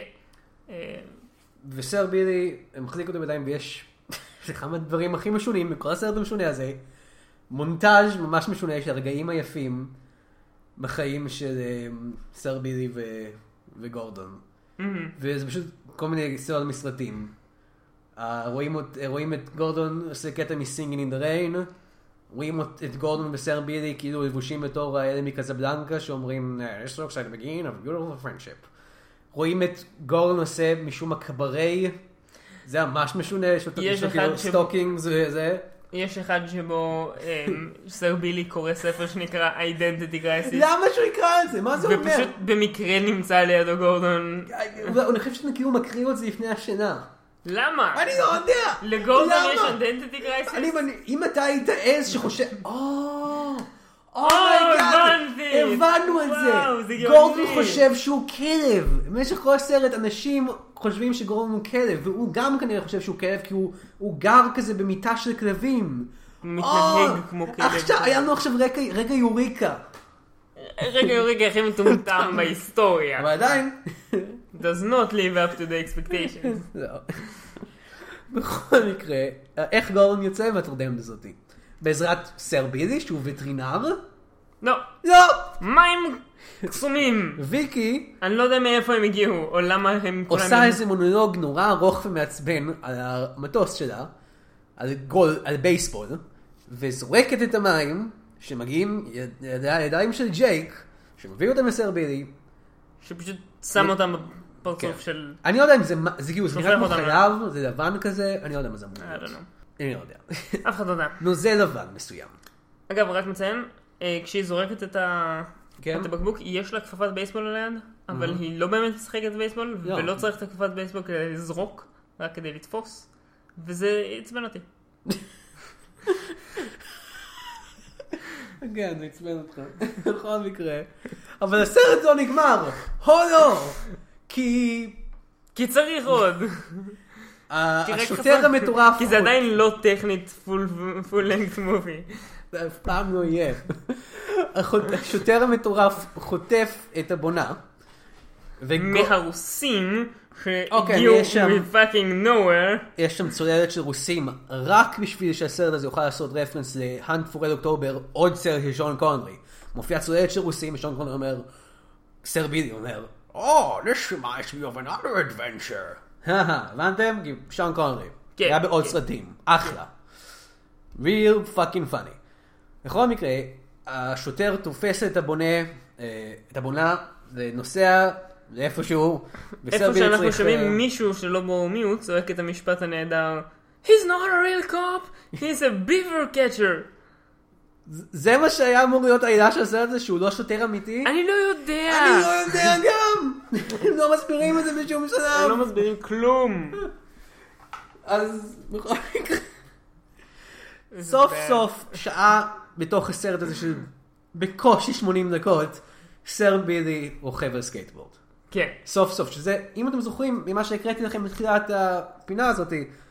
וסר בילי, הם מחזיק אותו בידיים ויש כמה דברים הכי משונים, מכל הסרט המשונה הזה, מונטאז' ממש משונה של הרגעים היפים בחיים של סר בילי וגורדון. וזה פשוט כל מיני סרט מסרטים. רואים את גורדון עושה קטע מ-Singing in the Rain, רואים את גורדון וסר בילי כאילו לבושים בתור האלה מקזבלנקה שאומרים This looks like the beginning of a beautiful friendship. רואים את גורדון עושה משום הקברי, זה ממש משונה, יש לו סטוקינג זה. יש אחד שבו סר בילי קורא ספר שנקרא Identity Crisis. למה שהוא יקרא את זה? מה זה אומר? ופשוט במקרה נמצא לידו גורדון. אני חושב שאתה כאילו מקריא את זה לפני השינה. למה? אני לא יודע. לגורדון יש Identity Crisis? אם אתה היית עז שחושב, הבנו את זה. גורדון חושב שהוא כלב. במשך כל הסרט אנשים חושבים שגורדון הוא כלב, והוא גם כנראה חושב שהוא כלב, כי הוא גר כזה במיטה של כלבים. מתנהג כמו כלב. היה לנו עכשיו רגע יוריקה. רגע יוריקה הכי מטומטם בהיסטוריה. אבל עדיין. does not live up to the expectations. לא. בכל מקרה, איך גורדון יוצא מהתרדמת הזאת? בעזרת סר בילי, שהוא וטרינר? לא. מים קסומים. ויקי. אני לא יודע מאיפה הם הגיעו, או למה הם... עושה איזה מונולוג נורא ארוך ומעצבן על המטוס שלה, על בייסבול, וזורקת את המים שמגיעים לידיים של ג'ייק, שמביא אותם לסר בילי. שפשוט שם אותם בפרצוף של... אני לא יודע אם זה כאילו, זה נראה כמו חלב, זה לבן כזה, אני לא יודע מה זה אמור להיות. אני לא יודע. אף אחד לא יודע. נוזל לבן מסוים. אגב, רק מציין, כשהיא זורקת את הבקבוק, יש לה כפפת בייסבול על היד, אבל היא לא באמת משחקת בייסבול, ולא צריך את הכפפת בייסבול כדי לזרוק, רק כדי לתפוס, וזה עצבן אותי. כן, זה עצבן אותך. בכל מקרה. אבל הסרט לא נגמר. לא! כי צריך עוד. השוטר המטורף... כי זה עדיין לא טכנית full length movie. זה אף פעם לא יהיה. השוטר המטורף חוטף את הבונה, מהרוסים שהגיעו מ-fucking nowhere. יש שם צוללת של רוסים רק בשביל שהסרט הזה יוכל לעשות רפרנס ל-Hunt for Red October, עוד סרט של שון קונרי. מופיע צוללת של רוסים ושון קונרי אומר, סר בילי אומר, this reminds me of another adventure. הבנתם? שון קונרי. היה בעוד סרטים. אחלה. real fucking funny. בכל מקרה, השוטר תופס את הבונה ונוסע לאיפשהו. איפה שאנחנו שומעים מישהו שלא בו מיעוט צועק את המשפט הנהדר He's not a real cop, he's a beaver catcher. זה מה שהיה אמור להיות העילה של הסרט הזה, שהוא לא שוטר אמיתי? אני לא יודע. אני לא יודע גם. הם לא מסבירים את זה בשום שלב. הם לא מסבירים כלום. אז בכל מקרה סוף סוף שעה בתוך הסרט הזה של בקושי 80 דקות סר בילי רוכב על סקייטבורד. כן. סוף סוף, שזה, אם אתם זוכרים ממה שהקראתי לכם בתחילת הפינה הזאת,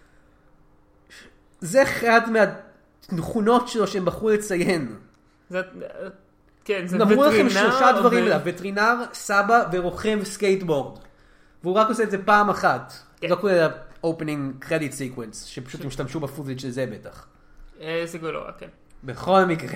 זה אחד מהתכונות שלו שהם בחרו לציין. כן, זה וטרינר. אמרו לכם 3 דברים עליו, וטרינר, סבא ורוכב סקייטבורד. והוא רק עושה את זה פעם אחת. זה כולל ה-opening credit sequence, שפשוט השתמשו בפוטאג' של זה בטח. סיכוי לא רק, כן. בכל מקרה,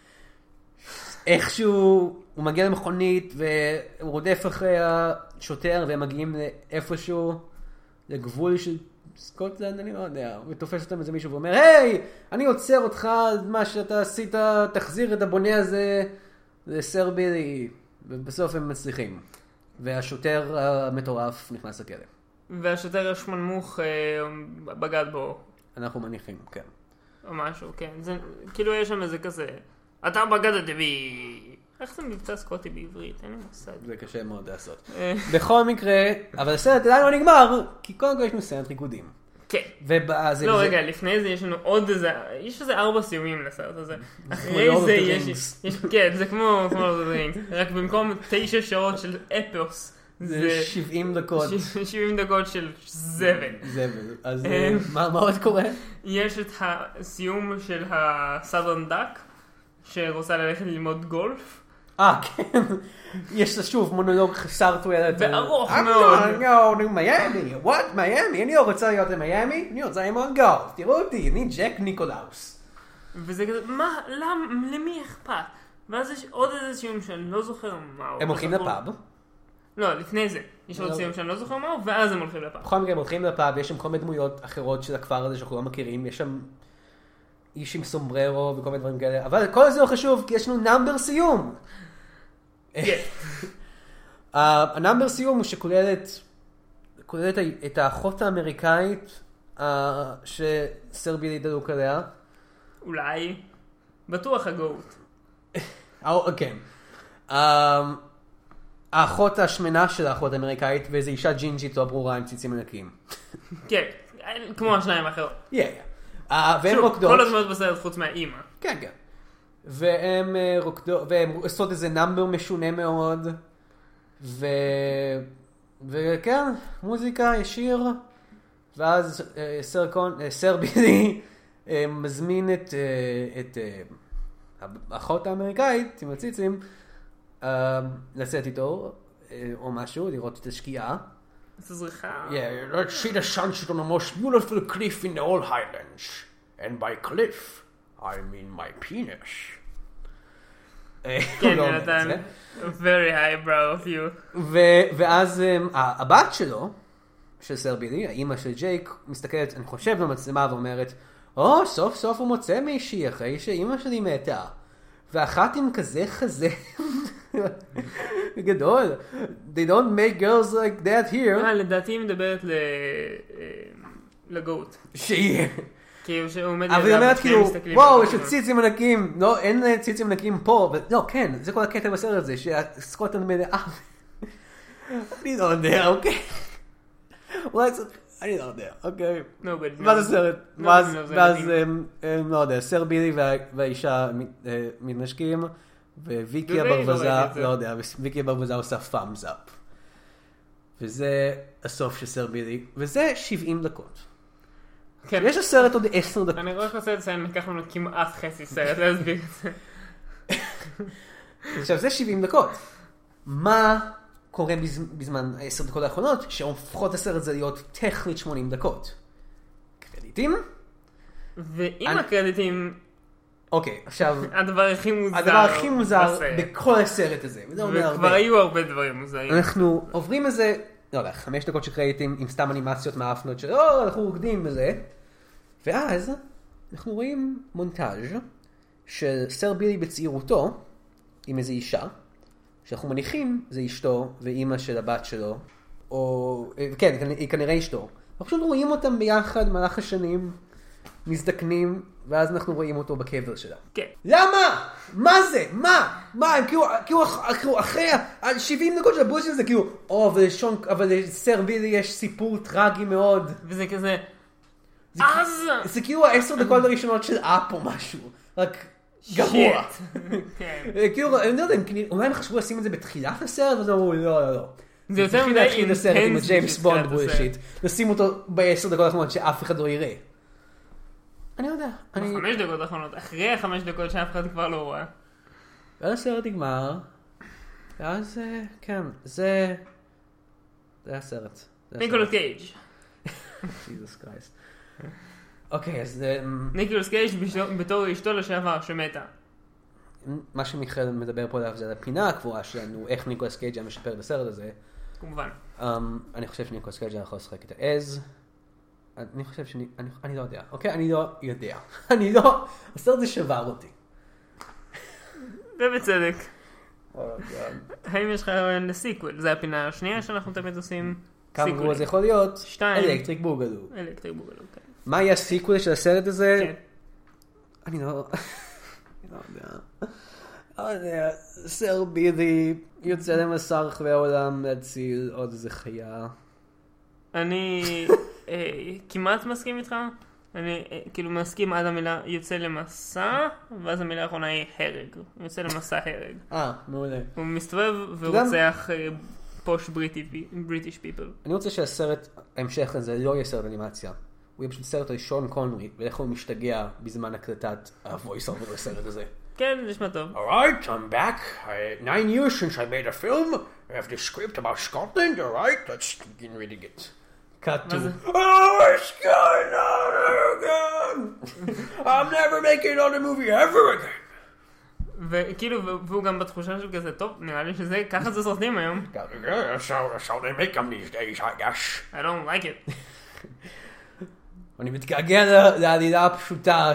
איכשהו הוא מגיע למכונית והוא רודף אחרי השוטר והם מגיעים לאיפשהו לגבול של סקוטלנד, אני לא יודע, הוא תופס אותם איזה מישהו ואומר, היי, אני עוצר אותך על מה שאתה עשית, תחזיר את הבונה הזה לסר בילי, ובסוף הם מצליחים. והשוטר המטורף נכנס לכלא. והשוטר השמנמוך בגד בו. אנחנו מניחים, כן. או משהו, כן. זה, כאילו יש שם איזה כזה, אתה בגדת בי. איך זה מבצע סקוטי בעברית? אין לי מושג. זה קשה מאוד לעשות. בכל מקרה, אבל הסרט עדיין לא נגמר, כי קודם כל יש לנו סרט ריקודים. כן. לא, רגע, לפני זה יש לנו עוד איזה, יש איזה 4 סיומים לסרט הזה. אחרי זה יש, כן, זה כמו לורד רינגס, רק במקום 9 שעות של אפוס. זה 70 דקות. 70 דקות של זבל. זבל. אז מה עוד קורה? יש את הסיום של הסאדרן דאק, שרוצה ללכת ללמוד גולף. כן. יש לה שוב מונולוג חסר תועלת. וארוך מאוד. I'm gonna go to Miami. What? Miami? אני לא רוצה להיות במיימי. אני רוצה ללמוד גולף. תראו אותי, אני ג'ק ניקולאוס. וזה כזה, מה? למי אכפת? ואז יש עוד איזה סיום שאני לא זוכר מהו. הם הולכים לפאב? לא, לפני זה. יש עוד סיום שאני לא זוכר מהו, ואז הם הולכים לפאב. בכל מקרה הם הולכים לפאב, יש שם כל מיני דמויות אחרות של הכפר הזה שאנחנו לא מכירים. יש שם איש עם סומבררו וכל מיני דברים כאלה. אבל כל זה לא חשוב, כי יש לנו נאמבר סיום. הנאמבר סיום הוא שכוללת את האחות האמריקאית שסר בילי דלוק עליה. אולי. בטוח הגאות. כן. האחות השמנה של האחות האמריקאית, ואיזו אישה ג'ינג'ית לא ברורה עם ציצים ענקיים. כן, כמו השניים האחרות. והן רוקדות. כל הדמות בסרט חוץ מהאימא. כן, כן. והן רוקדות, והן עושות איזה נאמבר משונה מאוד. וכן, מוזיקה, ישיר. ואז סר בילי מזמין את האחות האמריקאית עם הציצים לצאת איתו או משהו, לראות את השקיעה. זה זריחה. Yeah, let's see the sunset on the most beautiful cliff in the whole Highlands. And by cliff, I mean my penis. כן, נתן. Very highbrow of you. ואז הבת שלו, של סר בילי, האמא של ג'ייק, מסתכלת, אני חושב במצלמה ואומרת, סוף סוף הוא מוצא מישהי אחרי שאמא שלי מתה. ואחת עם כזה חזה גדול. They don't make girls like that here. לדעתי היא מדברת לגאות. שיהיה. כאילו שהוא עומד אבל היא אומרת כאילו, וואו, יש ציצים ענקים. לא, אין ציצים ענקים פה. לא, כן, זה כל הקטע בסרט הזה, שהסקוטלנד מלאה. אני לא יודע, אוקיי. אולי זה... אני לא יודע, אוקיי. מה זה סרט? ואז, לא יודע, סר בילי והאישה מתנשקים, וויקי הברווזזה, לא יודע, ויקי הברווזזה עושה thumbs up. וזה הסוף של סר בילי, וזה 70 דקות. יש הסרט עוד 10 דקות. אני רק רוצה לציין, לקח לנו כמעט חצי סרט להסביר את זה. עכשיו, זה 70 דקות. מה קורה בזמן 10 דקות האחרונות, שהופכות הסרט הזה להיות טכנית 80 דקות. קרדיטים? ועם הקרדיטים... אוקיי, עכשיו... הדבר הכי מוזר בכל הסרט הזה. וכבר היו הרבה דברים מוזרים. אנחנו עוברים איזה, לא יודע, 5 דקות של קרדיטים עם סתם אנימציות מאפנות של, אנחנו רוקדים בזה. ואז אנחנו רואים מונטאז' של סר בילי בצעירותו עם איזו אישה, שאנחנו מניחים זה אשתו ואימא של הבת שלו, או, כן, היא כנראה אשתו. אנחנו פשוט רואים אותם ביחד במהלך השנים, מזדקנים, ואז אנחנו רואים אותו בקבר שלה. כן. למה? מה זה? מה? הם כאילו אחרי 70 דקות של הבוש הזה, כאילו, אבל לסר בילי יש סיפור טרגי מאוד. וזה כזה, זה כאילו 10 דקות הראשונות של אפ או משהו. רק גרוע. כאילו, אני לא יודע, אולי הם חשבו לשים את זה בתחילת הסרט, ואז אמרו, לא. זה יותר מדי להתחיל הסרט עם ג'יימס בונד בולשיט. לשים אותו ב10 דקות האחרונות שאף אחד לא יראה. אני לא יודע. 5 דקות האחרונות, אחרי 5 דקות שאף אחד כבר לא רואה. ואז הסרט נגמר. ואז, כן, זה הסרט. ניקולס קייג'. ג'יזוס קרייסט. אוקיי, אז... ניקולס קייג' בתור אשתו לשעבר שמתה. מה שמיכאל מדבר פה עליו זה על הפינה הקבועה שלנו, איך ניקולס קייג' היה משפר בסרט הזה. כמובן. אני חושב שניקולס קייג' היה יכול לשחק את העז. אני חושב אני לא יודע. אוקיי, אני לא יודע. הסרט זה שבר אותי. ובצדק. האם יש לך רעיון לסיקוול? זה הפינה השנייה שאנחנו תמיד עושים כמה גרוע זה יכול להיות? 2. אלקטריק בוגלו. אלקטריק בוגלו, כן. מה יהיה הסיקוול של הסרט הזה? כן. אני לא יודע. סר בילי יוצא למסע רחבי העולם להציל עוד איזה חיה. אני כמעט מסכים איתך. אני כאילו מסכים עד המילה יוצא למסע, ואז המילה האחרונה היא הרג. הוא יוצא למסע הרג. מעולה. הוא מסתובב ורוצח פוש בריטיש פיפל. אני רוצה שהסרט, ההמשך לזה, לא יהיה סרט אנימציה. הוא יהיה פשוט סרט על שון קונרי, ואיך הוא משתגע בזמן הקלטת ה-voice over לסרט הזה. כן, זה נשמע טוב. Alright, I'm back. 9 years since I made a film. I have this script about Scotland. Alright, let's begin reading it. Cut to... Oh, it's going on again. I'm never making another movie ever again. וכאילו, והוא גם בתחושה של כזה, טוב, נראה לי שזה, ככה זה סרטים היום. That's how they make them these days, I guess. I don't like it. אני מתגעגע לעלילה הפשוטה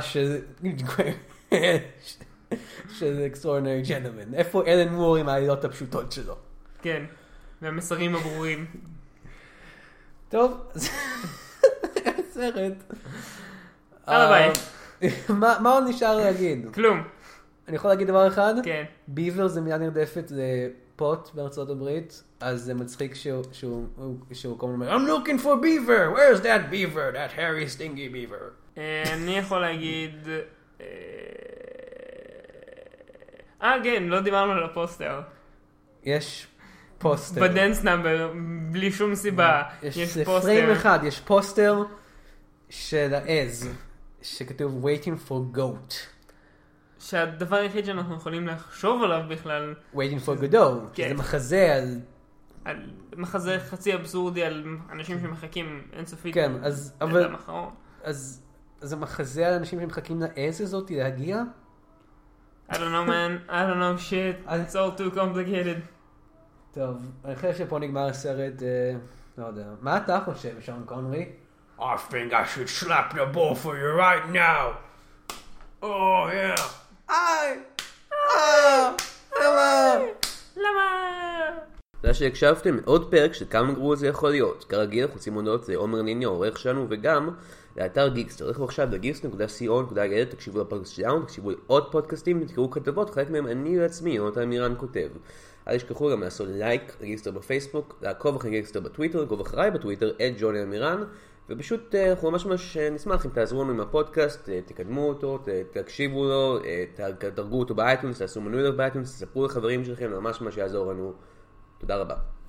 של Extraordinary Gentlemen. איפה אלן מור עם העלילות הפשוטות שלו? כן, והמסרים הברורים. טוב, סרט. יאללה ביי. מה עוד נשאר להגיד? כלום. אני יכול להגיד דבר אחד? כן. ביבר זה מילה נרדפת לפוט בארצות הברית, אז זה מצחיק שהוא כל הזמן אומר, I'm looking for beaver, where's that beaver, that hairy stingy beaver? אני יכול להגיד... כן, לא דיברנו על הפוסטר. יש פוסטר. בדנס נאמבר, בלי שום סיבה. יש פוסטר. פריים אחד, יש פוסטר של העז, שכתוב waiting for goat. שהדבר היחיד שאנחנו יכולים לחשוב עליו בכלל... waiting for Godot, שזה מחזה על... מחזה חצי אבסורדי על אנשים שמחכים אינסופית. כן, אז זה מחזה על אנשים שמחכים לעז הזאת להגיע? I don't know man, I don't know shit, it's all too complicated. טוב, אני חושב שפה נגמר הסרט, לא יודע. מה אתה חושב, שון קונרי? I think I should slap the ball for you right now. Oh yeah. למה? תודה שהקשבתם לעוד פרק של כמה גרוע זה יכול להיות. כרגיל אנחנו רוצים להודות לעומר ניני העורך שלנו, וגם לאתר גיקסטר. לכו עכשיו ל-geekster.co.il, תקשיבו לפודקאסט שלנו, תקשיבו לעוד פודקאסטים, תקראו כתבות, חלק מהם אני לעצמי, יונתן מירן כותב. אל תשכחו גם לעשות לייק לגיקסטר בפייסבוק, לעקוב אחרי גיקסטר בטוויטר, לעקוב אחריי בטוויטר @ג'וני אמירן, ופשוט אנחנו ממש נשמח אם תעזרו לנו עם הפודקאסט, תקדמו אותו, תקשיבו לו, תדרגו אותו באייטונס, תעשו מנוי לו באייטונס, תספרו לחברים שלכם, ממש יעזור לנו. תודה רבה.